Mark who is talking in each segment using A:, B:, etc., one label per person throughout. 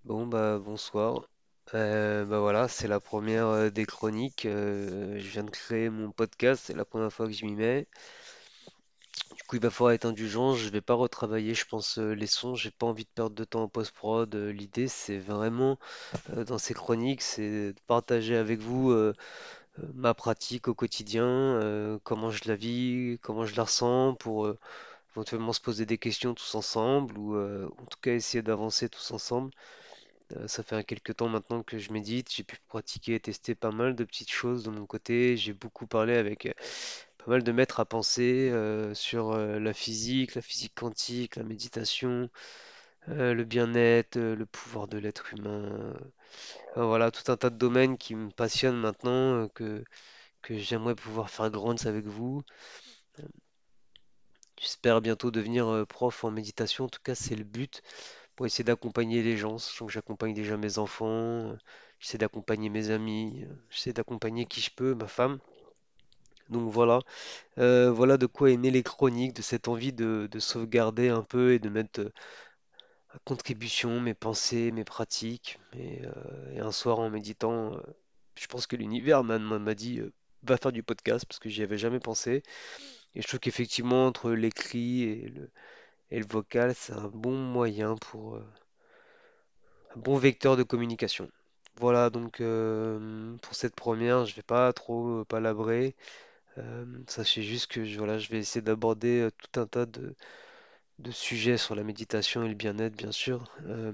A: Bon bah bonsoir. Bah voilà, c'est la première des chroniques. Je viens de créer mon podcast, c'est la première fois que je m'y mets. Du coup, il va falloir être indulgent. Je vais pas retravailler, je pense, les sons. J'ai pas envie de perdre de temps en post-prod. L'idée, c'est vraiment dans ces chroniques, c'est de partager avec vous ma pratique au quotidien, comment je la vis, comment je la ressens, pour éventuellement se poser des questions tous ensemble, ou en tout cas essayer d'avancer tous ensemble. Ça fait quelques temps maintenant que je médite, j'ai pu pratiquer et tester pas mal de petites choses de mon côté. J'ai beaucoup parlé avec pas mal de maîtres à penser sur la physique quantique, la méditation, le bien-être, le pouvoir de l'être humain. Voilà, tout un tas de domaines qui me passionnent maintenant, que j'aimerais pouvoir faire grandir avec vous. J'espère bientôt devenir prof en méditation, en tout cas c'est le but, pour essayer d'accompagner les gens, sachant que j'accompagne déjà mes enfants, j'essaie d'accompagner mes amis, j'essaie d'accompagner qui je peux, ma femme. Donc voilà. Voilà de quoi est née les chroniques, de cette envie de sauvegarder un peu et de mettre à contribution mes pensées, mes pratiques. Et un soir en méditant, je pense que l'univers m'a dit va faire du podcast parce que j'y avais jamais pensé. Et je trouve qu'effectivement entre l'écrit et le vocal, c'est un bon moyen un bon vecteur de communication. Voilà, donc pour cette première, je vais pas trop palabrer. Sachez juste que voilà, je vais essayer d'aborder tout un tas de sujets sur la méditation et le bien-être, bien sûr.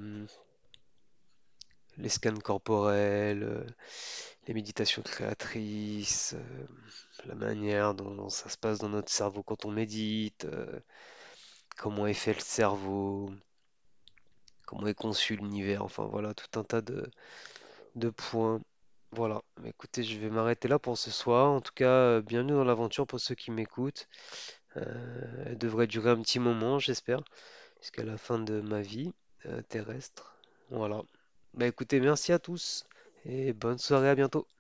A: Les scans corporels, les méditations créatrices, la manière dont ça se passe dans notre cerveau quand on médite, comment est fait le cerveau, comment est conçu l'univers, enfin voilà, tout un tas de points. Voilà, bah, écoutez, je vais m'arrêter là pour ce soir. En tout cas, bienvenue dans l'aventure pour ceux qui m'écoutent. Elle devrait durer un petit moment, j'espère, jusqu'à la fin de ma vie terrestre. Voilà. Bah écoutez, merci à tous et bonne soirée, à bientôt.